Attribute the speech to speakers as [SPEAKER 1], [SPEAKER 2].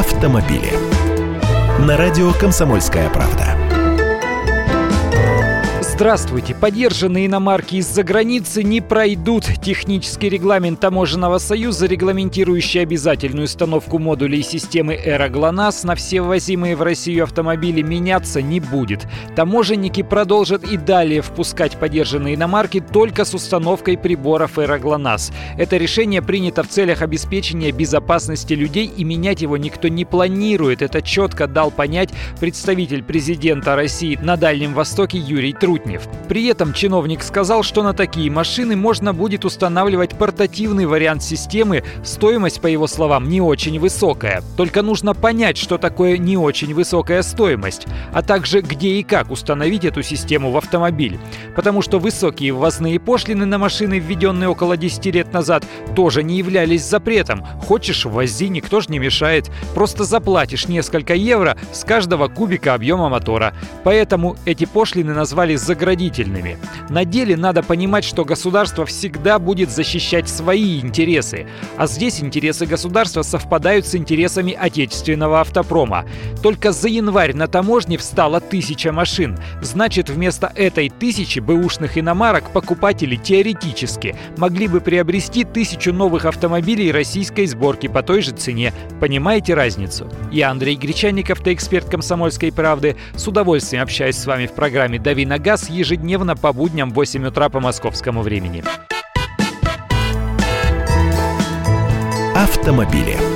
[SPEAKER 1] автомобили. На радио «Комсомольская правда».
[SPEAKER 2] Здравствуйте! Подержанные иномарки из-за границы не пройдут. Технический регламент Таможенного союза, регламентирующий обязательную установку модулей системы ЭРА-ГЛОНАСС на все ввозимые в Россию автомобили, меняться не будет. Таможенники продолжат и далее впускать подержанные иномарки только с установкой приборов ЭРА-ГЛОНАСС. Это решение принято в целях обеспечения безопасности людей, и менять его никто не планирует. Это четко дал понять представитель президента России на Дальнем Востоке Юрий Трутнев. При этом чиновник сказал, что на такие машины можно будет устанавливать портативный вариант системы. Стоимость, по его словам, не очень высокая. Только нужно понять, что такое не очень высокая стоимость, а также где и как установить эту систему в автомобиль. Потому что высокие ввозные пошлины на машины, введенные около 10 лет назад, тоже не являлись запретом. Хочешь — ввози, никто ж не мешает. Просто заплатишь несколько евро с каждого кубика объема мотора. Поэтому эти пошлины назвали заградительными. На деле надо понимать, что государство всегда будет защищать свои интересы. А здесь интересы государства совпадают с интересами отечественного автопрома. Только за январь на таможне встало 1000 машин. Значит, вместо этой 1000 бэушных иномарок покупатели теоретически могли бы приобрести 1000 новых автомобилей российской сборки по той же цене. Понимаете разницу? Я Андрей Гречанников, эксперт «Комсомольской правды». С удовольствием общаюсь с вами в программе «Дави на газ» ежедневно по будням в 8 утра по московскому времени.
[SPEAKER 1] Автомобили.